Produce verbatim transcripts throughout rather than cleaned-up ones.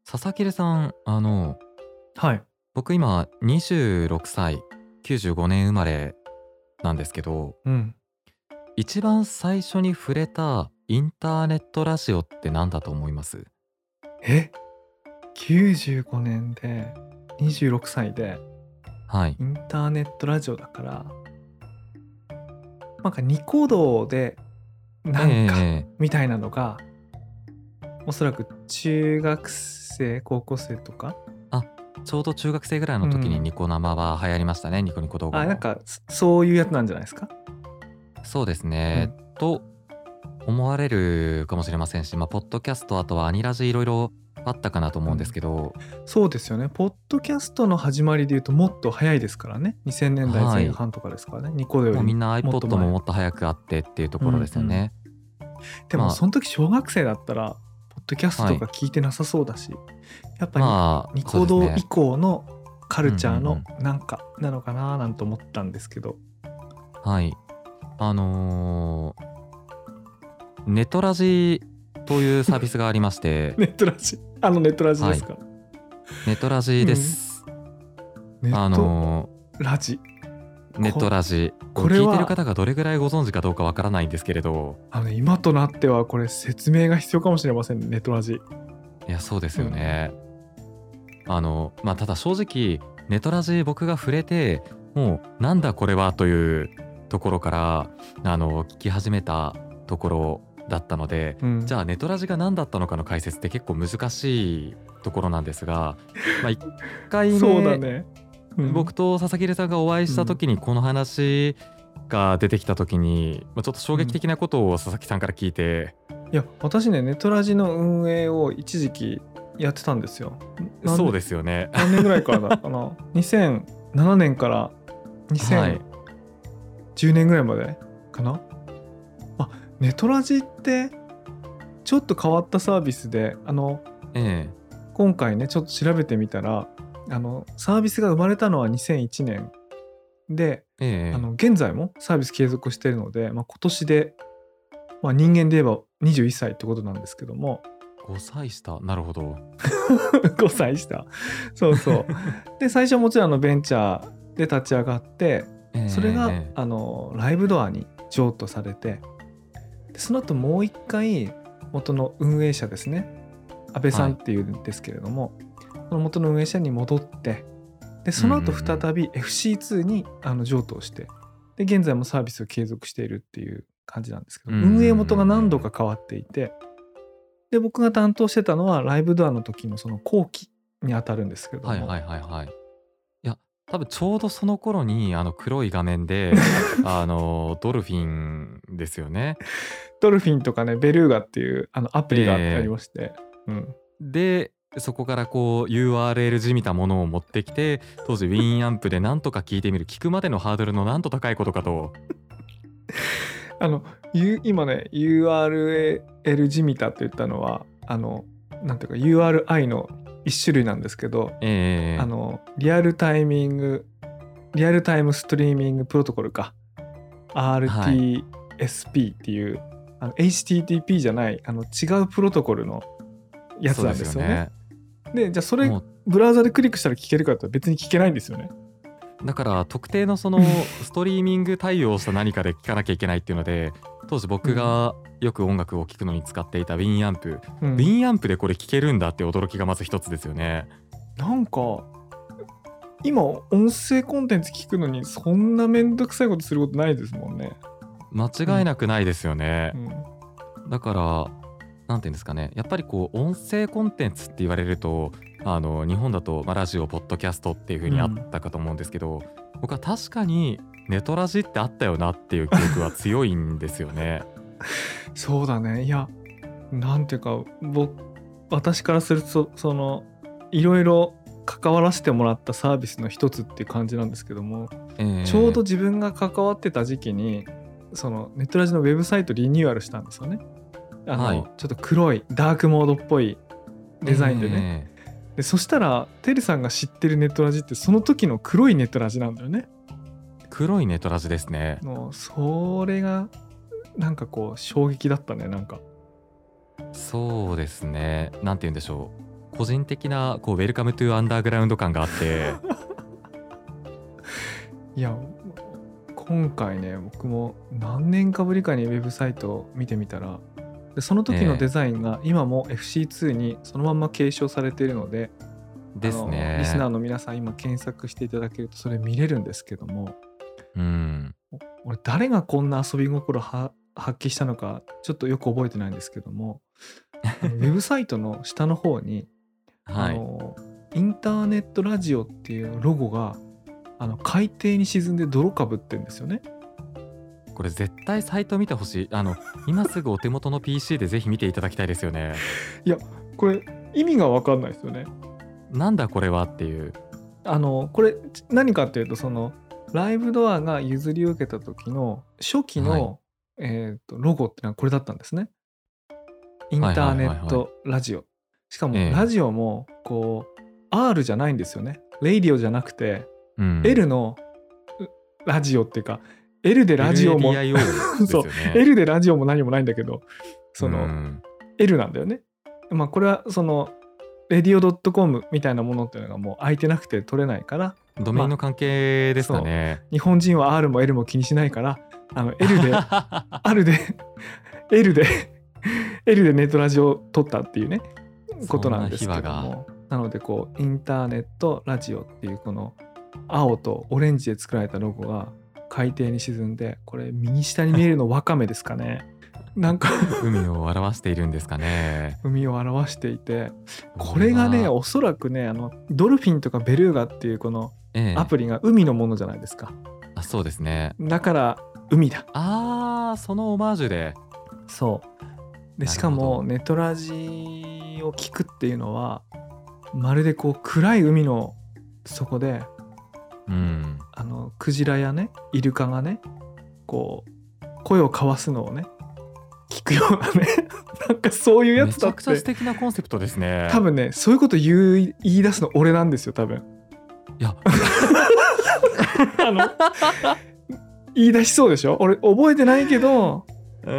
笹切さん、あの、 はい。 僕今にじゅうろくさい、きゅうじゅうごねん生まれなんですけど、 うん。 一番最初に触れたインターネットラジオって何だと思います？ え、きゅうじゅうごねんでにじゅうろくさいではい。 インターネットラジオだから、なんかニコ動でえええなんかえええ。 みたいなのが、おそらく中学生、高校生とか、 あ、ちょうど中学生ぐらいの時にうん。 ニコ生は流行りましたね、ニコニコ動画あ、なんも。 かそそういうやつなんじゃないですか？ そうですね。 うん。 と思われるかもしれませんし、ま、ポッドキャスト、あとはアニラジいろいろあったかなと思うんですうん。 けど、 そうですよね。ポッドキャストの始まりで言うともっと早いですからね。にせんねんだいはい。 ぜん半とかですからね。ニコ動よりもうみんなもっと iPod も前。 もっと早くあってっていうとうころでんうん。 すよね。 でもまその時小学生だったら、ポッドキャスあ、はい。 トとか聞いてなさそうだし、やっぱにまあ、そうニコですね。 動以降のカうんうんうルチャーのん。 なんかなのかななんて思ったんですけど。 はい。あの、ネトラジというサービスがありまして、 ネットラジ、あのネットラジではい、 すか？ ネトラジうん。 です。あネットの、 ラジ。 ネトこラジ。これ聞いてるこれは、 方がどれぐらいご存知かどうかわからないんですけれど、 あの今となってはこれ説明が必要かもしれませんね、ネットラジ。 いや、そうですうん。 よね。あの、ま、ただ正直、ネトラジ僕が触れて、もうなんだこれはというところから、あの、聞き始めたところだったので、 うん。 じゃあネトラジが何だったのかの解説って結構難しいところなんですが、ま、いっかいめ、 そうだね。うん。 僕と佐々木さんがお会いしたうん。 時にこの話が出てきた時に、ま、ちょっと衝うん。 撃的なことを佐々木さんから聞いて、 いや、私ね、ネトラジの運営を一時期やってたんですよ。なんそうでですよね。 何年ぐらいからだかなにせんななねんからはい。 にせんじゅうねんぐらいまでかな。あ、ネトラジってちょっと変わったサービスで、あのええ。 今回ねちょっと調べてみたら、あのサービスが生まれたのはにせんいちねんで、 ええええ。 あの現在もサービス継続しているので、まあ、今年で、まあ、人間で言えばにじゅういっさいってことなんですけども、 ごさい下、なるほど。 ごさい下。そうそう。で、最初はもちろんあのベンチャーで立ち上がって、 えええそれがえええ。 あのライブドアに譲渡されて、でその後もう一回元の運営者ですね、安倍さはい。 んっていうんですけれども、その元の運営者に戻って、でうんうんうその後再ん。 び エフシーツー にあの譲渡をして、で現在もサービスを継続しているっていう感じなんですけど、 うんうんうんう運営元が何度ん。 か変わっていて、で僕が担当してたのはライブドアの時のその後期にあたるんですけれども、 はいはいはいはい。いや、多分ちょうどその頃に、あの、黒い画面で、あの、ドルフィンですよね。 ドルフィンとかね、ベルーガっていうあのアプえリがあありえええ。 まして、うん。 で、そこからこう ユーアールエル じみたものを持ってきて、当時 Winamp でなんとか聞いてみる、聞くまでのハードルのなんと高いことかと。 あの、ゆ今ね、ユーアールエル ジミタって言ったのは、あの、なんていうか ユーアールアイ の一種類なんですけど、 ええええええ。 あの、リアルタイミング、リアルタイムストリーミングプロトコルか、 はい。 アールティーエスピー っていう、あの エイチティーティーピー じゃない、あの違うプロトコルのやつそうでなんですよね。 すよね。 で、じゃあそれ、 もうブラウザでクリックしたら聞けるかって言ったら別に聞けないんですよね。 だから特定のそのストリーミング対応した何かで聞かなきゃいけないっていうので、当時うん。 僕がよく音楽を聴くのに使っていた Winamp。 うん。 Winamp でこれ聞けるんだって驚きがまず一つですよね。 なんか、今、音声コンテンツ聞くのにそんなめんどくさいことすることないですもんね。 間うん。 違いなくないですよね。 うん。 だから、なんていうんですかね、やっぱりこう音声コンテンツって言われると、あの日本だと、まあ、ラジオ、ポッドキャストっていう風にあっうん。 たかと思うんですけど、僕は確かにネトラジってあったよなっていう記憶は強いんですよね。 そうだね。いや、なんていうか、僕私からすると、その、いろいろ関わらせてもらったサービスの一つっていう感じなんですけども、 えちょうどえ、 自分が関わってた時期に、そのネットラジのウェブサイトリニューアルしたんですよね。あはい。 の、ちょっと黒いダークモードっぽいええデザインでね。 ええ。 で、そしたら、てるさんが知ってるネットラジってその時の黒いネットラジなんだよね。 黒いネトラジですね。 もうそれがなんかこう衝撃だったね、なんか。 そうですね。なんて言うんでしょう。 個人的なこうウェルカムトゥアンダーグラウンド感があっていや今回ね僕も何年かぶりかにウェブサイトを見てみたら、でその時のデザインが今も エフシーツー にそのまま継承されているので、 ですね。 リスナーの皆さん今検索していただけるとそれ見れるんですけども、 うん、 俺誰がこんな遊び心は発揮したのかちょっとよく覚えてないんですけどもウェブサイトの下の方に、はい、あのインターネットラジオっていうロゴがあの海底に沈んで泥かぶってるんですよね。 これ絶対サイト見てほしい。あの今すぐお手元の ピーシー でぜひ見ていただきたいですよね。 いやこれ意味が分かんないですよね。 なんだこれはっていう。 あのこれ何かっていうと、そのライブドアが譲り受けた時の初期の、はい、えー、とロゴってのはこれだったんですね。インターネットラジオ。しかもラジオもこう、えー、R じゃないんですよね。レイディオじゃなくて、うん、L のラジオっていうか L でラジオも、ね、そう L でラジオも何もないんだけど、その、うん、L なんだよね。まあこれはそのレディオ ドットコム みたいなものっていうのがもう空いてなくて取れないから、 ドメインの関係ですかね、 まあ、日本人は R も L も気にしないから、あの L でR で L で L でネットラジオを撮ったっていうねことなんですけども、なのでこうインターネットラジオっていうこの青とオレンジで作られたロゴが海底に沈んで、これ右下に見えるのワカメですかねなんか海を表しているんですかね。 海を表していて、これがねおそらくねあのドルフィンとかベルーガっていうこのアプリが海のものじゃないですか、 ええ、あそうですね。 だから海だ。 あーそのオマージュで。 そうで、しかもネトラジを聞くっていうのはまるでこう暗い海の底で、うん、あのクジラやねイルカがねこう声を交わすのをね聞くようなねなんかそういうやつだって。 めちゃくちゃ素敵なコンセプトですね。 多分ねそういうこと言う言い出すの俺なんですよ多分。 いやあの言い出しそうでしょ。俺覚えてないけど、うん、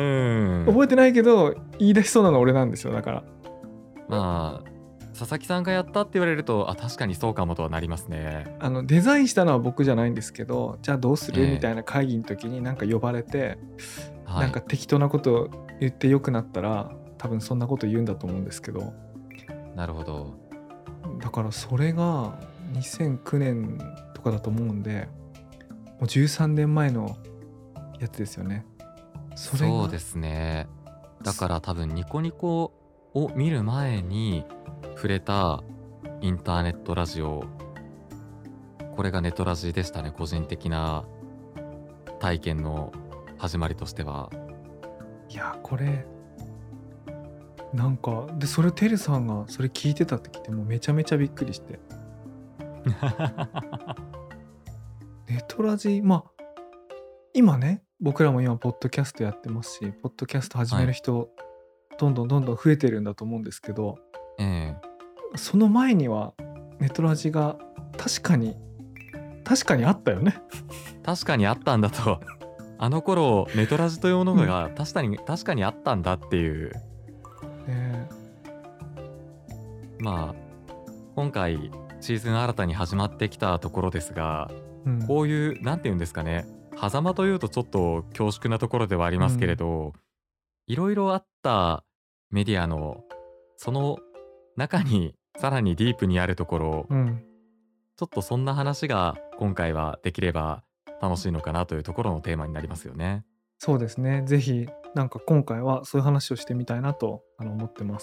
覚えてないけど言い出しそうなの俺なんですよ。だからまあ佐々木さんがやったって言われると、あ確かにそうかもとはなりますね。 あのデザインしたのは僕じゃないんですけど、じゃあどうする、えー、みたいな会議の時になんか呼ばれて、はい、なんか適当なこと言ってよくなったら多分そんなこと言うんだと思うんですけど。 なるほど。 だからそれがにせんきゅうねんとかだと思うんで、もうじゅうさんねんまえのやつですよね。 それそうですね。だから多分ニコニコを見る前に触れたインターネットラジオ、これがネトラジでしたね。個人的な体験の始まりとしては。 いやこれなんかで、それテルさんがそれ聞いてたって聞いてもうめちゃめちゃびっくりしてネトラジ、まあ今ね僕らも今ポッドキャストやってますし、ポッドキャスト始める人、はい、どんどんどんどん増えてるんだと思うんですけど、ええ、その前にはネトラジが確かに確かにあったよね確かにあったんだとあの頃ネトラジというものが確かに、うん、確かにあったんだっていう、ね、まあ今回シーズン新たに始まってきたところですが、うん、こういうなんていうんですかね、狭間というとちょっと恐縮なところではありますけれど、いろいろあったメディアのその中にさらにディープにあるところ、うん、ちょっとそんな話が今回はできれば楽しいのかなというところのテーマになりますよね。 そうですね。ぜひなんか今回はそういう話をしてみたいなとあの思ってます。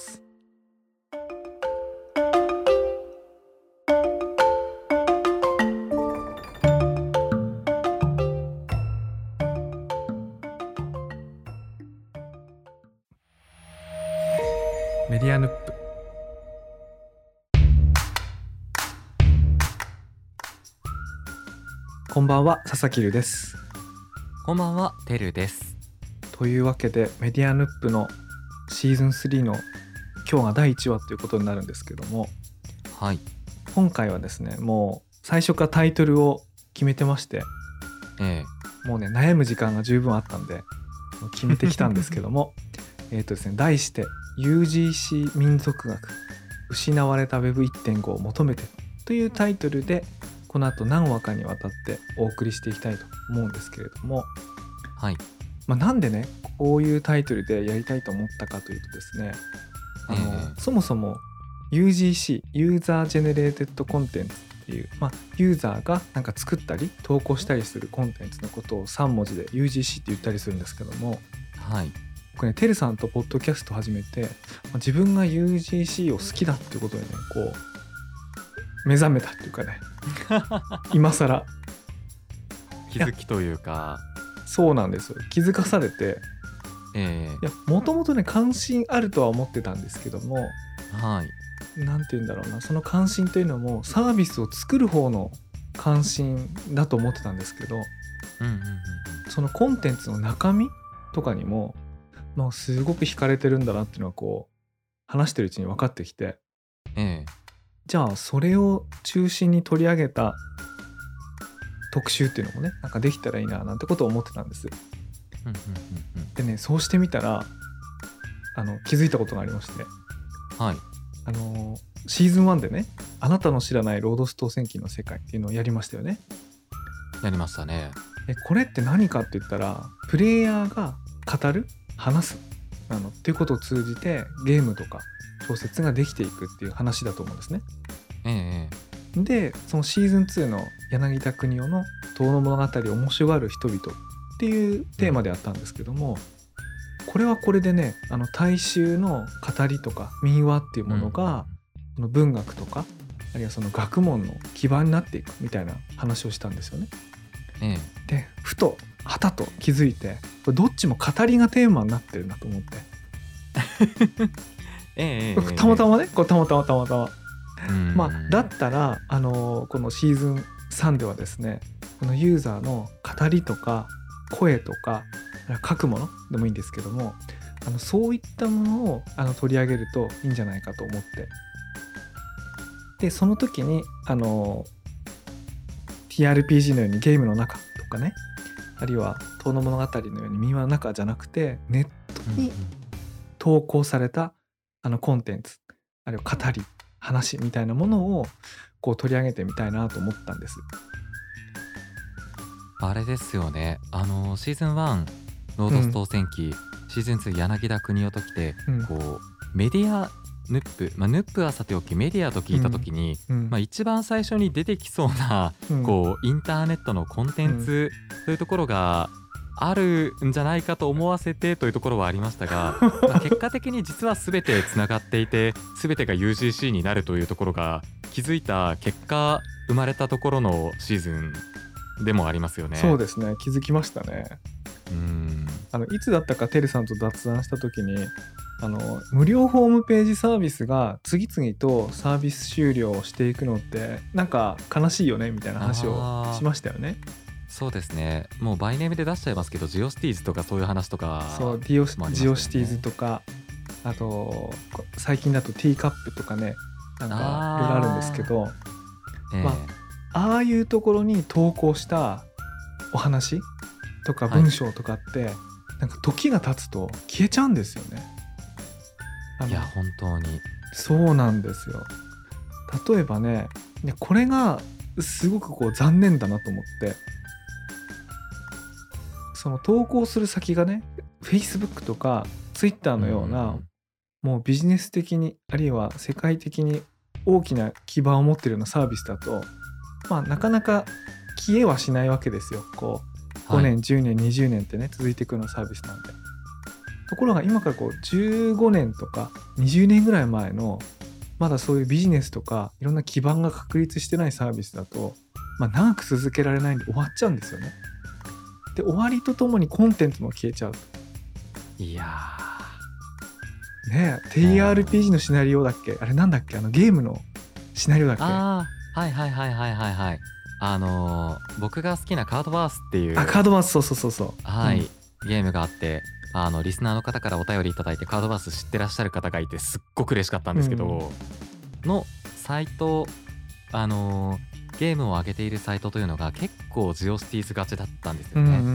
メディアヌップ。こんばんは、佐々木留です。 こんばんは、てるです。 というわけでメディアヌップのシーズンスリーの今日がだいいちわということになるんですけども、 はい、 今回はですね、もう最初からタイトルを決めてまして、ええ、もうね悩む時間が十分あったんで決めてきたんですけどもえっとですね、題して ユージーシー 民族学失われた ウェブいってんご を求めてというタイトルでこの後何話かにわたってお送りしていきたいと思うんですけれども、 はい。 まあ、なんでねこういうタイトルでやりたいと思ったかというとですね、あの、 ええそもそも ユージーシー ユーザージェネレーテッドコンテンツっていう、まあ、ユーザーがなんか作ったり投稿したりするコンテンツのことをさん文字で ユージーシー って言ったりするんですけども、 はい僕ねてるさんとポッドキャスト始めて、まあ自分が ユージーシー を好きだっていうことにねこう目覚めたっていうかね今更気づきというか、 そうなんですよ、気づかされて、 えいやもともとね関心あるとは思ってたんですけども、 えはいなんて言うんだろうな、その関心というのもサービスを作る方の関心だと思ってたんですけど、 うんうんうんそのコンテンツの中身とかにも、まあ、すごく惹かれてるんだなっていうのはこう話してるうちに分かってきて、 うんええじゃあそれを中心に取り上げた特集っていうのもねなんかできたらいいななんてことを思ってたんです。 うんうんうんうんでねそうしてみたらあの気づいたことがありまして、 はいあのシーズンワンでねあなたの知らないロードス当選記の世界っていうのをやりましたよね。 やりましたね。 でこれって何かって言ったらプレイヤーが語る話すあのっていうことを通じてゲームとか小説ができていくっていう話だと思うんですね。 えええでそのシーズンツーの柳田国男の「遠野物語を面白がる人々」っていうテーマであったんですけども、これはこれでねあの大衆の語りとか民話っていうものが、その文学とかあるいはその学問の基盤になっていくみたいな話をしたんですよね。 ええでふとはたと気づいて、これどっちも語りがテーマになってるなと思って、 ええええたまたまねこれたまたまたまたまうんまあだったらあのこのシーズンさんではですねこのユーザーの語りとか声とか書くものでもいいんですけども、あのそういったものをあの取り上げるといいんじゃないかと思って、でその時にあの ティーアールピージー のようにゲームの中とかね、あるいは遠野物語のように民話の中じゃなくてネットに投稿されたあのコンテンツ、あるいは語り話みたいなものをこう取り上げてみたいなと思ったんです。 あれですよね、あのシーズンワンロードス当選記、シーズンツー柳田国男ときて、 うんこうメディアヌップ、まあ、ヌップはさておきメディアと聞いた時に、 うんまあ、一番最初に出てきそうな、 うんこうインターネットのコンテンツというところがあるんじゃないかと思わせてというところはありましたが、まあ、結果的に実は全てつながっていて全てが ユージーシー になるというところが気づいた結果生まれたところのシーズンでもありますよね。 そうですね、気づきましたね。 うんあのいつだったかてるさんと雑談した時にあの無料ホームページサービスが次々とサービス終了をしていくのってなんか悲しいよねみたいな話をしましたよね。 そうですね、もうバイネームで出しちゃいますけどジオシティーズとかそういう話とかそうディオ、 もありますよねジオシティーズとか、あと最近だとティーカップとかね、なんかいろいろあるんですけど、 ええまああいうところに投稿したお話とか文章とかって、はい、なんか時が経つと消えちゃうんですよね。あのいや本当にそうなんですよ。例えばね、これがすごくこう残念だなと思って、その投稿する先がね Facebook とか Twitter のような、 うんもうビジネス的にあるいは世界的に大きな基盤を持っているようなサービスだと、まあなかなか消えはしないわけですよ。こうごねん、はい、じゅうねんにじゅうねんってね続いていくようなサービスなんで。ところが今からこうじゅうごねんとかにじゅうねんぐらい前のまだそういうビジネスとかいろんな基盤が確立してないサービスだと、まあ、長く続けられないんで終わっちゃうんですよね。で終わりとともにコンテンツも消えちゃう。 いやーねえ ティーアールピージー のシナリオだっけ、あれなんだっけ、あのゲームのシナリオだっけ。 ああはいはいはいはいはいはいあのー、僕が好きなカードバースっていうあカードバースそうそうそうそうはい、 うん、 ゲームがあって、あのリスナーの方からお便りいただいてカードバース知ってらっしゃる方がいてすっごく嬉しかったんですけど、うん、のサイト、あのー、ゲームを上げているサイトというのが結構ジオシティーズ勝ちだったんですよね、 うんうんうん、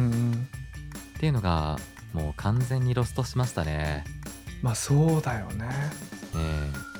っていうのがもう完全にロストしましたね。 まあそうだよね。 えー、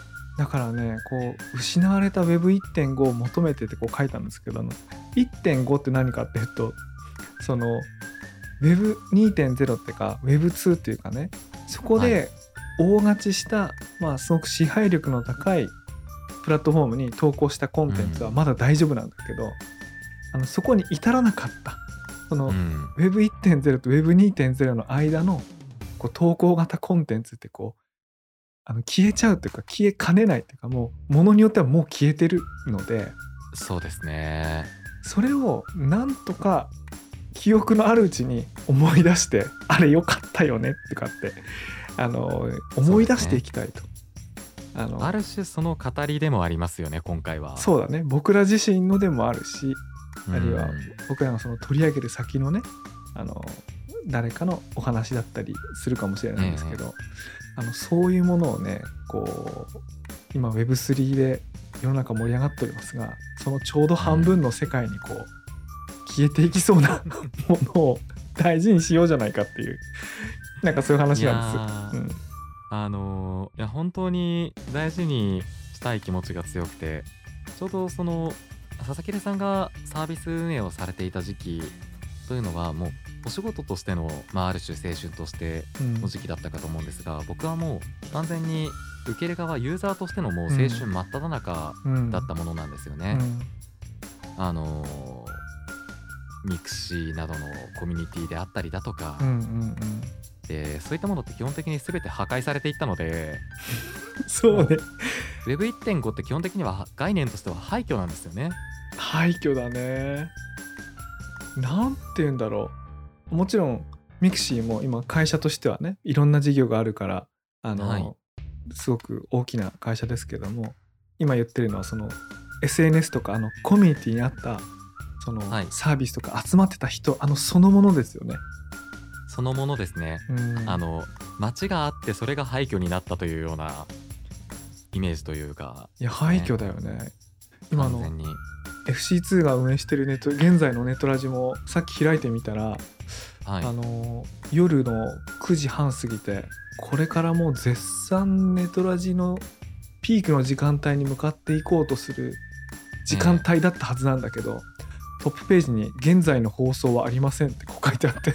だからねこう失われた ウェブいってんご を求めてってこう書いたんですけど、あの いってんご って何かっていうと、その ウェブにてんゼロ っていうか ウェブツー っていうかね、そこはいで大勝ちした、まあすごく支配力の高いプラットフォームに投稿したコンテンツはまだ大丈夫なんだけど、あのそこに至らなかったその、 うん、 ウェブいってんゼロ と ウェブにてんゼロ の間のこう投稿型コンテンツってこうあの消えちゃうというか消えかねないというか、もうものによってはもう消えてるので、 そうですね。 それをなんとか記憶のあるうちに思い出して、あれ良かったよねとかってあの思い出していきたいと。あのある種その語りでもありますよね今回は。 そうだね、僕ら自身のでもあるし、 うんあるいは僕らのその取り上げる先のね、あの誰かのお話だったりするかもしれないんですけど、あのそういうものをねこう今 ウェブスリー で世の中盛り上がっておりますが、そのちょうど半分の世界にこう消えていきそうなものを大事にしようじゃないかっていう、なんかそういう話なんです。うん、 あのーいや本当に大事にしたい気持ちが強くて、ちょうどその佐々木さんがサービス運営をされていた時期というのはもうお仕事としての、まあ、ある種青春としてうんの時期だったかと思うんですが、僕はもう完全に受け入れ側ユーザーとしてのもう青春真っ只中うんだったものなんですよね。あのーミクシーなどのコミュニティであったりだとか、 うんうんうんうんでそういったものって基本的に全て破壊されていったので、 そうね、 ウェブいってんご って基本的には概念としては廃墟なんですよね。 廃墟だね。なんて言うんだろう、もちろんミクシーも今会社としてはねいろんな事業があるから、あの、 はい、 すごく大きな会社ですけども、今言ってるのはその エスエヌエス とかあのコミュニティにあったそのはいサービスとか集まってた人、あのそのものですよね。 そのものですね。 うんあの街があってそれが廃墟になったというようなイメージというか、 いや廃墟だよね。今の完全にエフシーツー が運営してるネット、現在のネットラジもさっき開いてみたら、 はい、 あの夜のくじはん過ぎて、これからもう絶賛ネトラジのピークの時間帯に向かっていこうとする時間帯だったはずなんだけど、トップページに現在の放送はありませんってこう書いてあって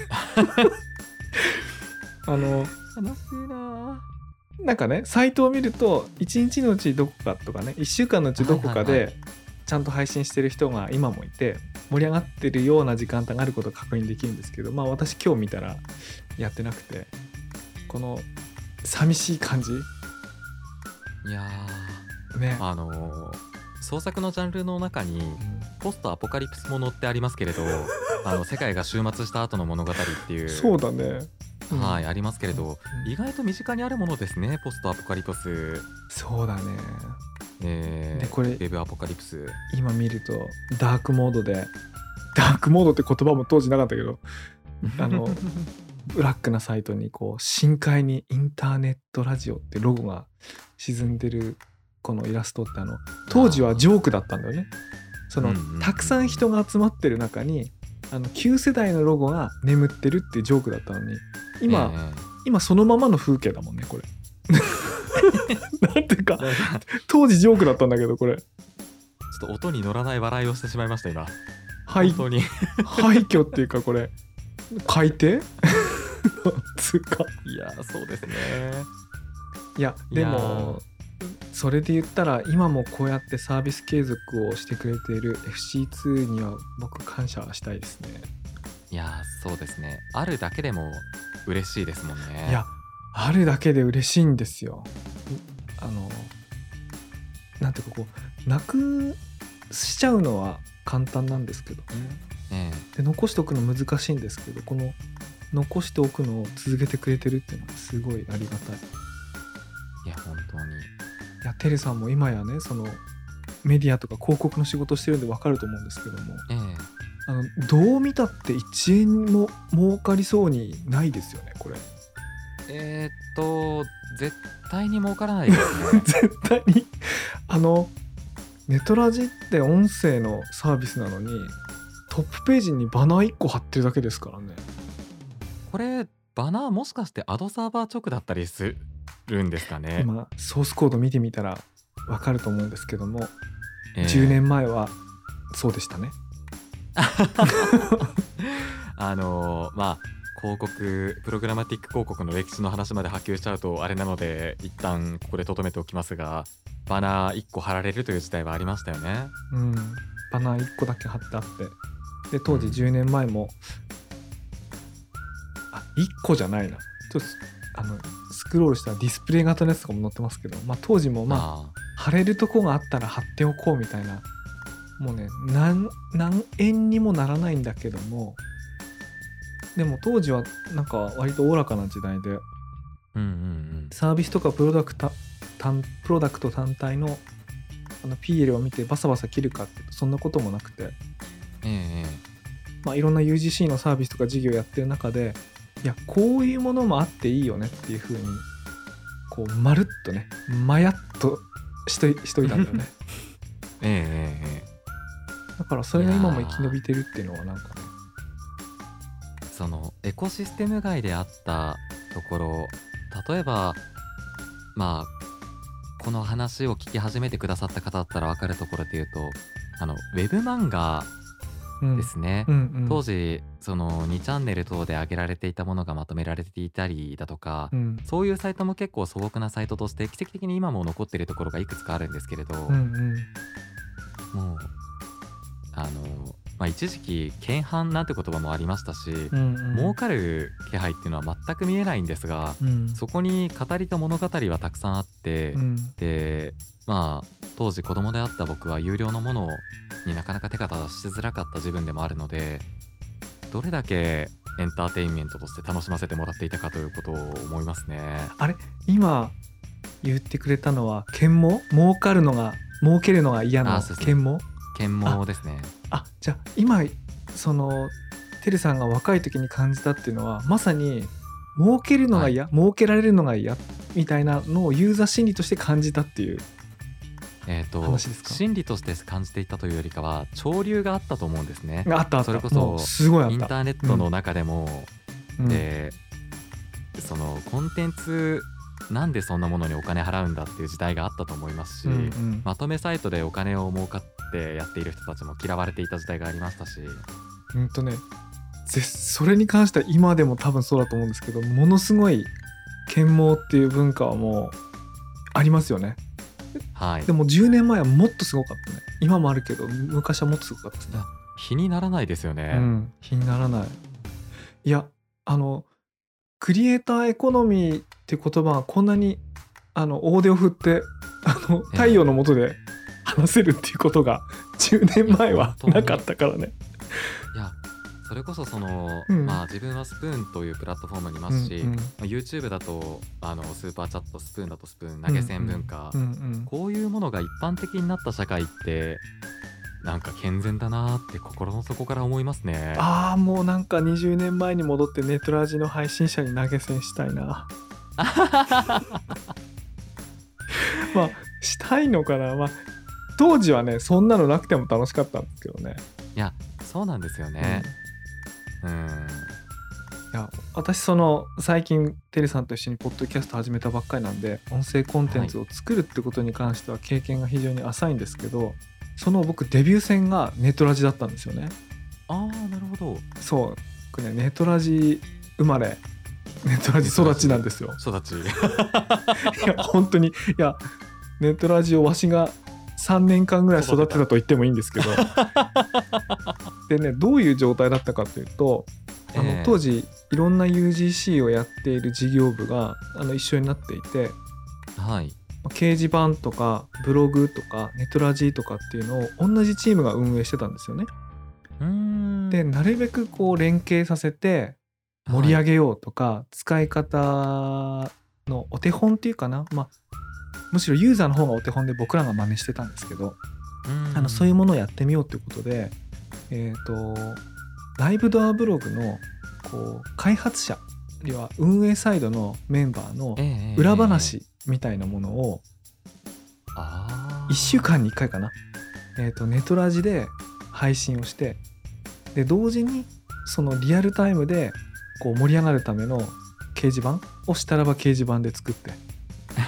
あの悲しいな。 なんかねサイトを見るといちにちのうちどこかとかねいっしゅうかんのうちどこかはいはいはでちゃんと配信してる人が今もいて盛り上がってるような時間帯があることを確認できるんですけど、まあ私今日見たらやってなくて、この寂しい感じいやね、 ーあのー創作のジャンルの中にポストアポカリプスものってありますけれどあの世界が終末した後の物語っていうそうだね、うんはい、ありますけれど、 うん意外と身近にあるものですね、ポストアポカリプス、 そうだね。 えー、 でこれウェブアポカリプス。 今見るとダークモードで、ダークモードって言葉も当時なかったけど、あのブラックなサイトにこう深海にインターネットラジオってロゴが沈んでるこのイラストって、あの当時はジョークだったんだよね。その、 うんうんうん、 たくさん人が集まってる中にあの旧世代のロゴが眠ってるっていうジョークだったのに、今、 えー、 今そのままの風景だもんねこれなんていうか当時ジョークだったんだけど、これちょっと音に乗らない笑いをしてしまいました今。 廃本当に廃墟っていうか、これ海底つうか、 いやそうですね。 いやでもそれで言ったら今もこうやってサービス継続をしてくれている エフシーツー には僕感謝したいですね。 いやそうですね、あるだけでも嬉しいですもんね。 いやあるだけで嬉しいんですよ。あのなんていうかこうなくしちゃうのは簡単なんですけどね、 えで残しておくの難しいんですけど、この残しておくのを続けてくれてるっていうのはすごいありがたい。 いや本当に、 いやテルさんも今やねそのメディアとか広告の仕事してるんで分かると思うんですけども、 ええあのどう見たっていちえんも儲かりそうにないですよねこれえー、っと絶対に儲からないですね絶対にあのネトラジって音声のサービスなのにトップページにバナーいっこ貼ってるだけですからね。 これバナーもしかしてアドサーバー直だったりするんですかね。 今ソースコード見てみたらわかると思うんですけども、 えーじゅうねんまえはそうでしたね。 あのーまあ広告プログラマティック広告の歴史の話まで波及しちゃうとあれなので一旦ここで留めておきますが、バナーいっこ貼られるという時代はありましたよね。 うん、バナーいっこだけ貼ってあって、で当時うんじゅうねんまえも、あいっこじゃないな、ちょっとあのスクロールしたディスプレイ型のやつとかも載ってますけど、まあ、当時もまああ貼れるとこがあったら貼っておこうみたいな、もうね何何円にもならないんだけども、でも当時はなんか割とおおらかな時代で、 ーうんうんサービスとかプロダクト単プロダクト単体のあの ピーエル を見てバサバサ切るかってそんなこともなくて、 うんええまあ、いろんな ユージーシー のサービスとか事業やってる中で、いやこういうものもあっていいよねっていう風にこうまるっとねまやっとしといしといたんだよね。 ええええええだからそれが今も生き延びてるっていうのはなんかね、 そのエコシステム外であったところ、例えばまあこの話を聞き始めてくださった方だったら分かるところで言うと、あのウェブ漫画うんですね、 うんうん当時そのにチャンネル等で上げられていたものがまとめられていたりだとか、 うんそういうサイトも結構素朴なサイトとして奇跡的に今も残っているところがいくつかあるんですけれど、 うんうんもうあの、まあ、一時期軽販なんて言葉もありましたし、 うんうん儲かる気配っていうのは全く見えないんですが、 うんそこに語りと物語はたくさんあって、 うんでまあ当時子供であった僕は有料のものになかなか手が出しづらかった自分でもあるので、どれだけエンターテインメントとして楽しませてもらっていたかということを思いますね。 あれ今言ってくれたのは剣謀儲かるのが儲けるのが嫌なあそうですね剣謀剣謀ですね。 あじゃあ今そのてるさんが若い時に感じたっていうのはまさに儲けるのが嫌、儲けられるのが嫌みたいなのをユーザー心理として感じたっていうえーと話ですか？ 心理として感じていたというよりかは潮流があったと思うんですね。 あったあった、 それこもうそすごいあったインターネットの中でも、 うんでそのコンテンツなんでそんなものにお金払うんだっていう時代があったと思いますし、 うんうんまとめサイトでお金を儲かってやっている人たちも嫌われていた時代がありましたし、 うんとねぜそれに関しては今でも多分そうだと思うんですけど、ものすごい剣謀っていう文化はもうありますよね。 はい、 でもじゅうねんまえはもっとすごかったね。今もあるけど昔はもっとすごかったですね。 比にならないですよね。 うん、比にならない。いやあのクリエイターエコノミーって言葉がこんなにあの大手を振ってあのええ太陽の下で話せるっていうことがじゅうねんまえはいや本当になかったからね。 いやそれこそその、 うんまあ自分はスプーンというプラットフォームにいますし、 うんうんまあ YouTube だとあのスーパーチャット、スプーンだとスプーン、投げ銭文化、 うんうんこういうものが一般的になった社会ってなんか健全だなって心の底から思いますね。 ああもうなんかにじゅうねんまえに戻ってネトラジの配信者に投げ銭したいな。まあしたいのかな。まあ当時はねそんなのなくても楽しかったんですけどね。 いやそうなんですよね。うん、 いや私その最近テリさんと一緒にポッドキャスト始めたばっかりなんで、音声コンテンツを作るってことに関しては経験が非常に浅いんですけど、その僕デビュー戦がネトラジだったんですよね。 ああなるほど。 そう僕ねネトラジ生まれネトラジ育ちなんですよ。 育ち。 いや本当にいやネトラジをわしがさんねんかんぐらい育てたと言ってもいいんですけどでねどういう状態だったかというと、あの、 ええ当時いろんな ユージーシー をやっている事業部があの一緒になっていて、 はい掲示板とかブログとかネトラジとかっていうのを同じチームが運営してたんですよね。 うーんでなるべくこう連携させて盛り上げようとか、使い方のお手本っていうかな、まあむしろユーザーの方がお手本で僕らが真似してたんですけど、あのそういうもものをやってみようっていうことで、えーとライブドアブログのこう開発者要は運営サイドのメンバーの裏話みたいなものをいっしゅうかんにいっかいかな、えーとネトラジで配信をして、で同時にそのリアルタイムでこう盛り上がるための掲示板をしたらば掲示板で作って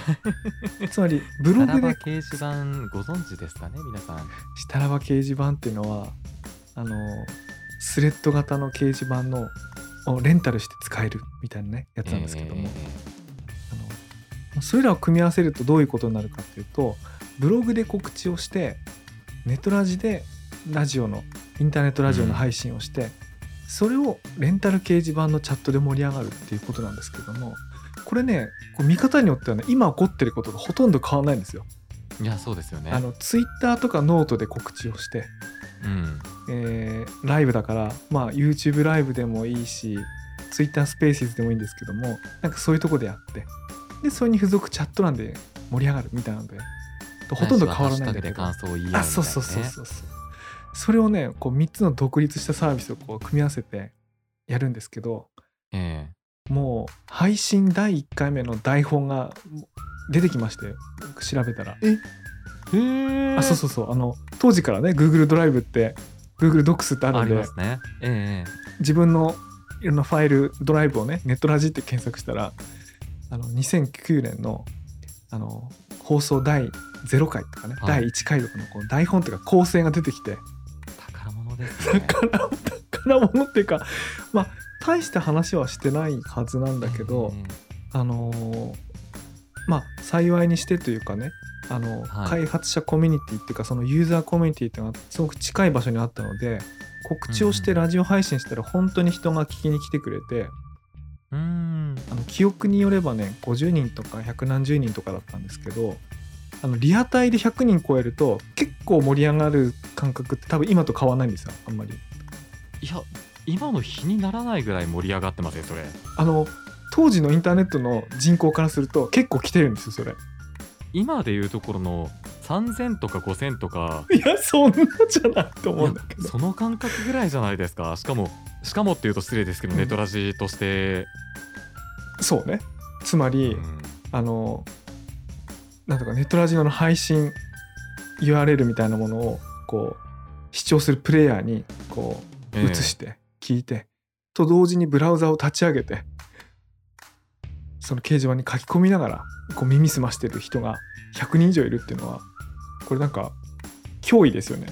つまりブロさらグでば掲示板ご存知ですかね皆さん。 したらば掲示板っていうのはあのスレッド型の掲示板のをレンタルして使えるみたいなねやつなんですけども、 えあのそれらを組み合わせるとどういうことになるかっていうと、ブログで告知をしてネットラジでラジオのインターネットラジオの配信をして、うん、それをレンタル掲示板のチャットで盛り上がるっていうことなんですけども、これねこう見方によってはね今起こってることがほとんど変わらないんですよ。 いやそうですよね。 あのツイッターとかノートで告知をして、 うんえー、ライブだからまあ YouTube ライブでもいいし Twitter スペーシズでもいいんですけども、なんかそういうとこでやってでそれに付属チャット欄で盛り上がるみたいなのでほとんど変わらないんだけど、 ハッシュタグで感想を言い合うみたいなね。 あそうそうそうそうそう、それをねこうみっつの独立したサービスをこう組み合わせてやるんですけど、 ええ、 もう配信だいいっかいめの台本が出てきまして、調べたらえへあそうそうそう、あの当時からね Google ドライブって Google ドックスってあるんで、 ありますね。ええ、 自分のいろんなファイルドライブをねネットラジって検索したらあのにせんきゅうねんのあの放送だいゼロかいとかね、はい、だいいっかいとかのこう台本というか構成が出てきて、 宝物ですね。 宝宝物っていうかまあ大した話はしてないはずなんだけど、えー、あのー、まあ幸いにしてというかね、あの、はい、開発者コミュニティっていうかそのユーザーコミュニティっていうのがすごく近い場所にあったので、告知をしてラジオ配信したら本当に人が聞きに来てくれて、 うーんあの記憶によればねごじゅうにんとか百何十人とかだったんですけど、あのリアタイでひゃくにん超えると結構盛り上がる感覚って多分今と変わらないんですよ、あんまり。 いや今の比にならないぐらい盛り上がってますよそれ。 あの当時のインターネットの人口からすると結構来てるんですよそれ。 今でいうところのさんぜんとかごせんとか、 いやそんなじゃないと思うんだけど、 その感覚ぐらいじゃないですか。しかもしかもっていうと失礼ですけど、うん、ネトラジとしてそうね、つまり、うん、あのなんとかネットラジオの配信 ユーアールエル みたいなものをこう視聴するプレイヤーにこう移して聞いて、えー、と同時にブラウザを立ち上げてその掲示板に書き込みながらこう耳すましてる人がひゃくにん以上いるっていうのはこれなんか脅威ですよね。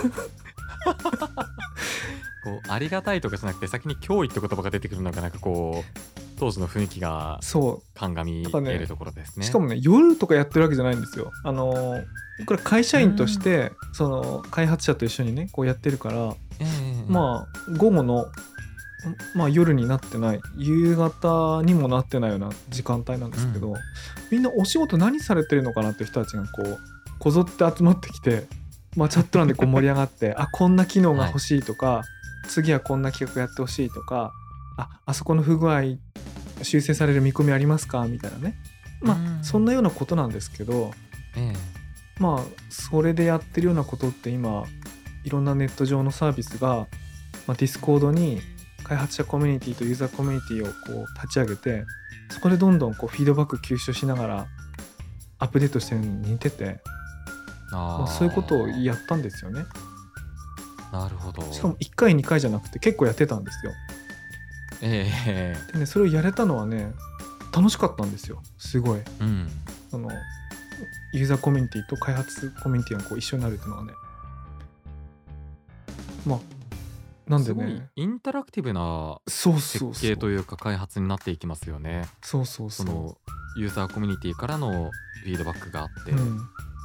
こうありがたいとかじゃなくて先に脅威って言葉が出てくるのがなんかこう当時の雰囲気が鑑み得るところですね。 しかもね夜とかやってるわけじゃないんですよ。あのこれ会社員としてその開発者と一緒にねこうやってるから、えー、まあ午後のまあ夜になってない夕方にもなってないような時間帯なんですけど、うん、みんなお仕事何されてるのかなって人たちがこうこぞって集まってきて、まあ、チャット欄でこう盛り上がってあこんな機能が欲しいとか、はい、次はこんな企画やってほしいとか、ああそこの不具合修正される見込みありますかみたいなね、まあそんなようなことなんですけど、ええ、まあそれでやってるようなことって今いろんなネット上のサービスが、まあ、ディスコードに開発者コミュニティとユーザーコミュニティをこう立ち上げて、そこでどんどんこうフィードバック吸収しながらアップデートしてるのに似てて、あ、まあ、そういうことをやったんですよね。 なるほど。 しかもいっかいにかいじゃなくて結構やってたんですよ。 ええー、でねそれをやれたのはね楽しかったんですよすごい、うん、そのユーザーコミュニティと開発コミュニティがこう一緒になるっていうのはね、まあなんでね、すごいインタラクティブな設計というか開発になっていきますよね。 そうそうそう。 そのユーザーコミュニティからのフィードバックがあって、うん、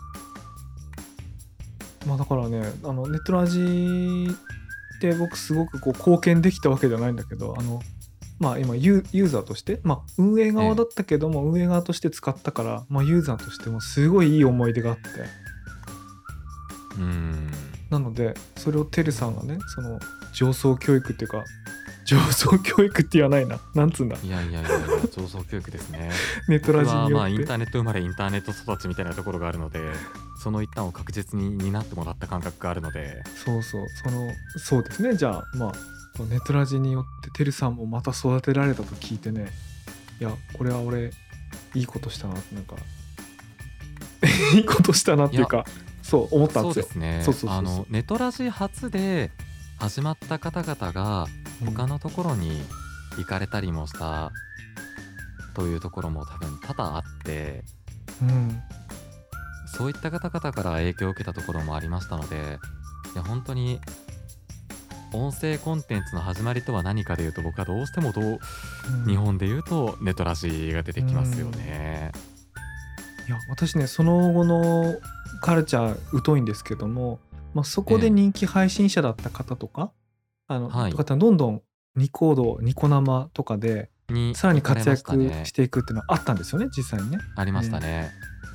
まあだからねあのネットラジって僕すごくこう貢献できたわけじゃないんだけど、あのまあ今ユー、ユーザーとして、まあ運営側だったけども、ええ、運営側として使ったから、まあユーザーとしてもすごいいい思い出があって、 うーんなのでそれをてるさんがねその上層教育っていうか上層教育って言わないななんつうんだいやいやいやいや上層教育ですね。 ネットラジによってまあインターネット生まれインターネット育ちみたいなところがあるので、その一端を確実に担ってもらった感覚があるので、 そうそうそのそうですね。じゃあまあネットラジによっててるさんもまた育てられたと聞いてね、いやこれは俺いいことしたなってなんかいいことしたなっていうかそう思ったんですよ。 そうですね。そうそうそうそう、あのネトラジ初で始まった方々が他のところに行かれたりもしたというところも多分多々あって、 うん。 そういった方々から影響を受けたところもありましたので、いや本当に音声コンテンツの始まりとは何かでいうと、僕はどうしてもどう日本でいうとネトラジが出てきますよね。 いや、私ね、その後のカルチャー疎いんですけども、まあ、そこでええ人気配信者だった方とか、あの、 はいとかってどんどんニコ動、ニコ生とかで、 にさらに活行かれました躍しね。 ていくっていうのはあったんですよね、実際にね。 ありましたうん。 ね。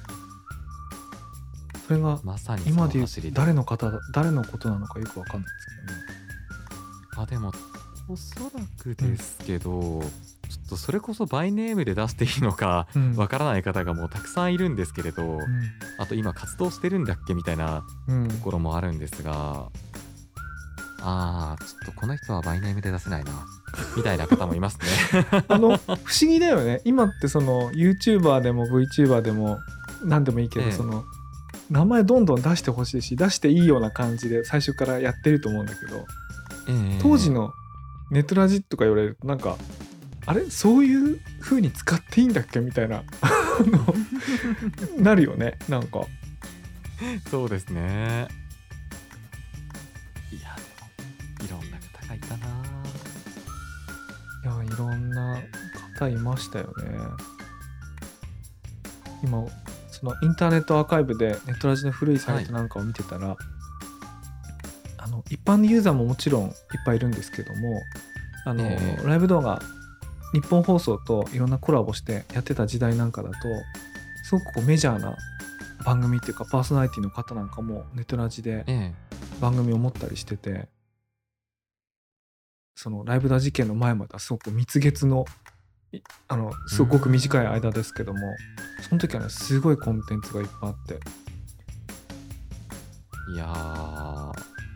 それがまさにその今で言う走りで。 誰の方だ誰のことなのかよくわかんないですけどね。 あ、でも、おそらくうん。 ですけど、ちょっとそれこそバイネームで出していいのかうん。 わからない方がもうたくさんいるんですけれど、 うん。 あと今活動してるんだっけみたいなうん。 ところもあるんですが、ああ、ちょっとこの人はバイネームで出せないな、みたいな方もいますね。 あの、不思議だよね。今ってその YouTuber でも VTuber でも何でもいいけど、そええ、 の名前どんどん出してほしいし、出していいような感じで最初からやってると思うんだけど、 ええええ。 当時のネトラジとか言われるとなんか、あれそういう風に使っていいんだっけみたいなあのなるよね。なんか。 そうですね。いや、でも、いろんな方がいたな。 いや、いろんな方いましたよね。今、そのインターネットアーカイブでネトラジの古いサイトはい。 なんかを見てたら、あの一般のユーザーももちろんいっぱいいるんですけども、あええのええ。 ライブ動画日本放送といろんなコラボしてやってた時代なんかだと、すごくこうメジャーな番組っていうかパーソナリティの方なんかもネトラジでええ。 番組を持ったりしてて、そのライブダ事件の前まではすごく蜜月のいあのうーすごく短い間ん。 ですけども、その時はねすごいコンテンツがいっぱいあって、 いやー、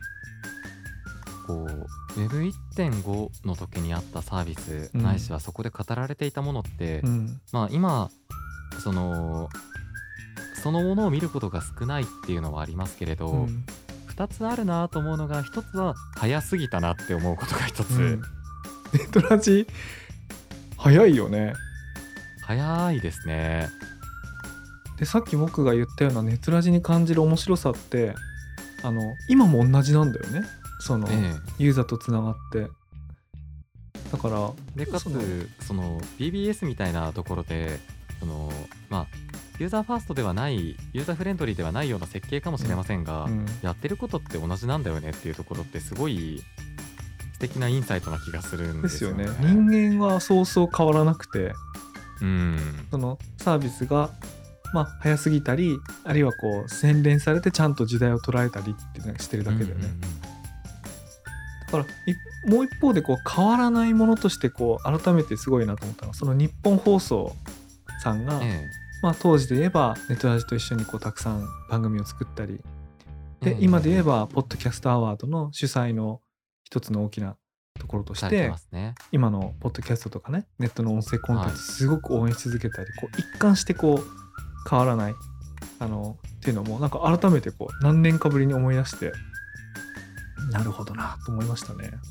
こう、ウェブいってんご の時にあったサービス、ないしうん、 はそこで語られていたものって、 うん、 まあ、今、その、そのものを見ることが少ないっていうのはありますけれど、 うん、 ふたつあるなと思うのが、ひとつは早すぎたなって思うことがひとつ。 うん。ネトラジ早いよね。 早いですね。 で、さっき僕が言ったようなネトラジに感じる面白さって、あの今も同じなんだよね。そのええ。 ユーザーとつながって、だからで、かその、 つ、その ビービーエス みたいなところで、その、まあ、ユーザーファーストではない、ユーザーフレンドリーではないような設計かもしれうん、 ませんが、 うん、 やってることって同じなんだよねっていうところってすごい素敵なインサイトな気がするんですよね。 ですよね。人間はそうそう変わらなくて、 うん。 そのサービスがまあ早すぎたり、あるいはこう洗練されてちゃんと時代を捉えたりっていうのをしてるうんうんうだけだよね。 ん。 だからいもう一方でこう変わらないものとしてこう改めてすごいなと思ったのは、その日本放送さんが、 えまあ、当時で言えばネトラジと一緒にこうたくさん番組を作ったり、 え、ええで今で言えええええばポッドキャストアワードの主催の一つの大きなところとしされてて、 ますね。 今のポッドキャストとかね、ネットの音声コンテンはい。 ツすごく応援し続けたり、こう一貫してこう変わらない、あのっていうのもなんか改めてこう何年かぶりに思い出して、なるほどなと思いましたね。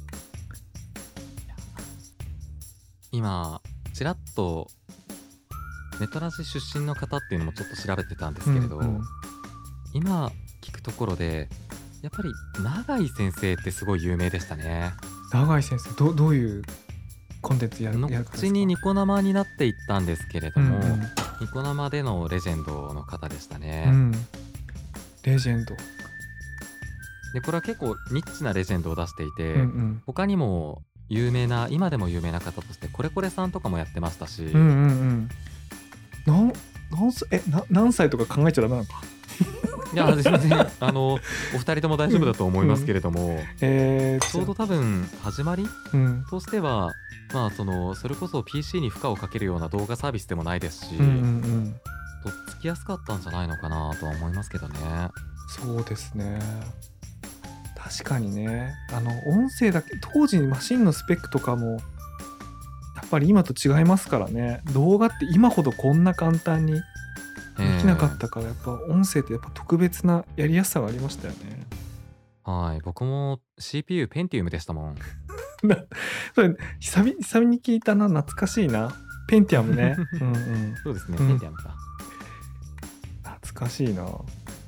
今、ちらっとネトラジ出身の方っていうのもちょっと調べてたんでうすけれど、 んうん。 今聞くところで、やっぱり永井先生ってすごい有名でしたね。 永井先生、どどういうコンテンツやるやるかですか？ 後にニコ生になっていったんですけれども、 うんうん。 ニコ生でのレジェンドの方でしたうね。 ん。レジェンド。 で、これは結構ニッチなレジェンドを出していうんうて、 ん。 他にも有名な、今でも有名な方として、コレコレさんとかもやってましたし、 うんうんうん。なんなんさえな何歳とか考えちゃダメなのか。 いや、全然、あの、お二人とも大丈夫だと思いますうんうん。 けれども、 えー、じゃあ、 ちょうど多分始まりうん。 としては、まあ、その、それこそ ピーシー に負荷をかけるような動画サービスでもないですし、 うんうんうん。 とっつきやすかったんじゃないのかなとは思いますけどね。 そうですね。確かにね。あの音声だけ当時マシンのスペックとかもやっぱり今と違いますからね。動画って今ほどこんな簡単にできなかっええたから、やっぱ音声ってやっぱ特別なやりやすさがありましたよね。 はい。僕も シーピーユー ペンティウムでしたもん。 なそれ久々久々に聞いたな、懐かしいな。ペンティアムね。うんうん。 そうですね、 うん。 ペンティアムか。 しいな。 もう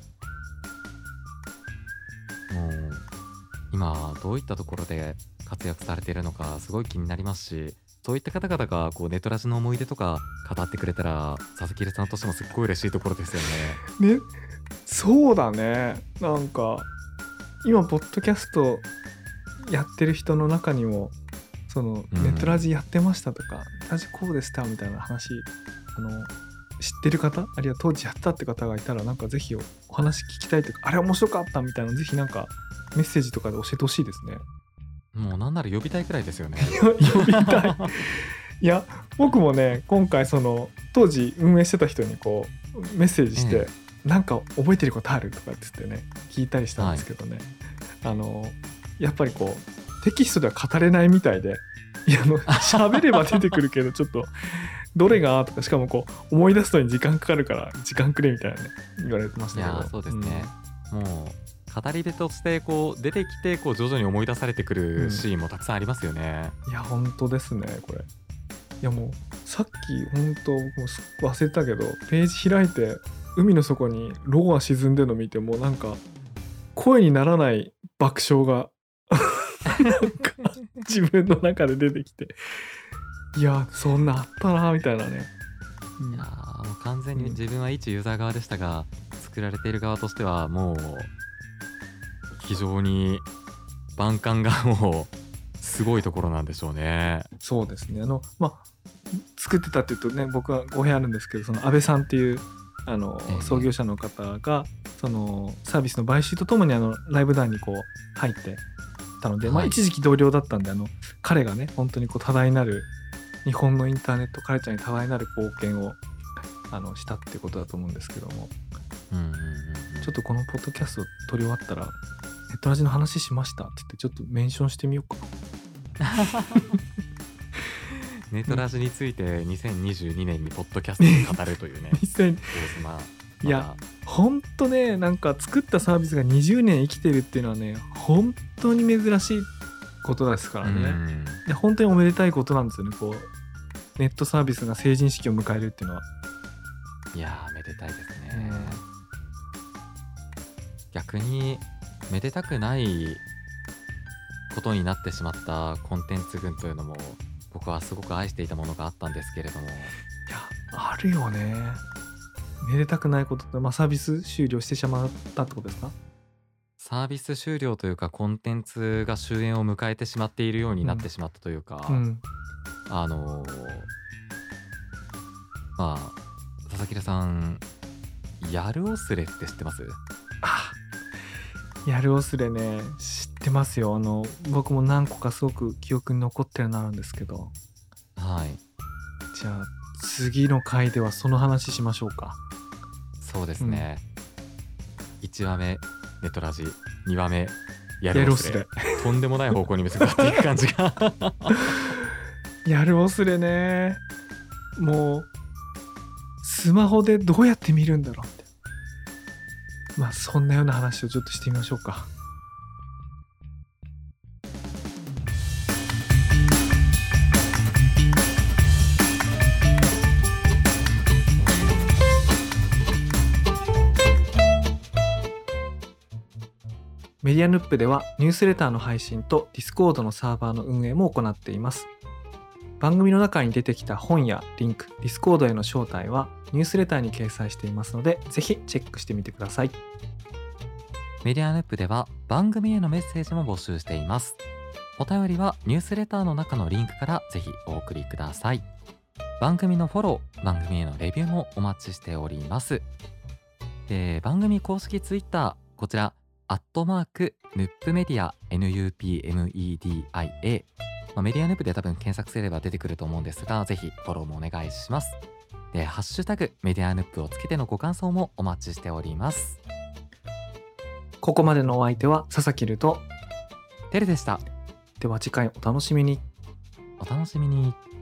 今どういったところで活躍されているのかすごい気になりますし、そういった方々がこうネトラジの思い出とか語ってくれたら佐々木さんとしてもすっごい嬉しいところですよね。 ね、そうだね。なんか今ポッドキャストやってる人の中にもそのうんネトラジやってましたとか、ネトラジこうでしたみたいな話、あの知ってる方、あるいは当時やったって方がいたら、なんかぜひお話聞きたいというか、あれ面白かったみたいなのぜひなんかメッセージとかで教えてほしいですね。 もうなんなら呼びたいくらいですよね。 呼びたい。いや僕もね今回その当時運営してた人にこうメッセージして、 えなんか覚えてることあるとかって言ってね聞いたりしたんですけどね、あのやっぱりこうテキストでは語れないみたいで、いやあの喋れば出てくるけどちょっとどれがとか、しかもこう思い出すのに時間かかるから時間くれみたいなね言われてましたけど。 いやーそうですね、もう語り部としてこう出てきてこう徐々に思い出されてくるシーンもたくさんありますよね。 うん、いや本当ですねこれ。いやもうさっき本当僕もすっごい忘れたけど、ページ開いて海の底にロゴが沈んでるの見て、もうなんか声にならない爆笑がなんか自分の中で出てきて、いやそんなあったなみたいなね。うん、 いやーもう完全に自分は一ユーザー側でしたが、作られている側としてはもう非常に万感がもうすごいところなんでしょうね。 そうですね。あのまあ作ってたっていうとね、僕は語弊あるんですけど、その安倍さんっていうあの、 ええ創業者の方がそのサービスの買収とともにあのライブ団にこう入ってたので、まあ、 はい一時期同僚だったんで、あの彼がね本当にこう多大なる日本のインターネットカルチャーに多大なる貢献をあのしたっていうことだと思うんですけども、 うんうんうんうんちょっとこのポッドキャスト撮り終わったらネットラジの話しましたって言ってちょっとメンションしてみようかな。 ネトラジについてにせんにじゅうにねんにポッドキャストで語るというねにせんまあいやほんとね、なんか作ったサービスがにじゅうねん生きてるっていうのはね本当に珍しいことですからね。 うんで本当におめでたいことなんですよね。こうネットサービスが成人式を迎えるっていうのは。 いやーめでたいですね、 うん逆にめでたくないことになってしまったコンテンツ群というのも僕はすごく愛していたものがあったんですけれども、 いやあるよね。めでたくないことって、まあ、サービス終了してしまったってことですか？ サービス終了というかコンテンツが終焉を迎えてしまっているようになってしまったというか、 うんあのーまあ佐々木さんやるおすれって知ってます？ あやるおすれね知ってますよ。あの僕も何個かすごく記憶に残ってるのあるんですけど、 はいじゃあ次の回ではその話しましょうか。 そうですね、いちわめネトラジ、にわめやるおすれ、 やるおすれとんでもない方向に結ばっていく感じがやるおすれね、もうスマホでどうやって見るんだろうって、まあそんなような話をちょっとしてみましょうか。メディアヌップではニュースレターの配信と Discord のサーバーの運営も行っています。番組の中に出てきた本やリンク、Discord への招待はニュースレターに掲載していますので、ぜひチェックしてみてください。 メディアヌップでは番組へのメッセージも募集しています。お便りはニュースレターの中のリンクからぜひお送りください。番組のフォロー、番組へのレビューもお待ちしております。で、番組公式ツイッター、こちらアットマークヌップメディア エヌユーピーエムイーディーアイエー、まあ、メディアヌップで多分検索すれば出てくると思うんですが、ぜひフォローもお願いします。で、ハッシュタグメディアヌップをつけてのご感想もお待ちしております。 ここまでのお相手は佐々木るとテルでした。 では次回お楽しみに。 お楽しみに。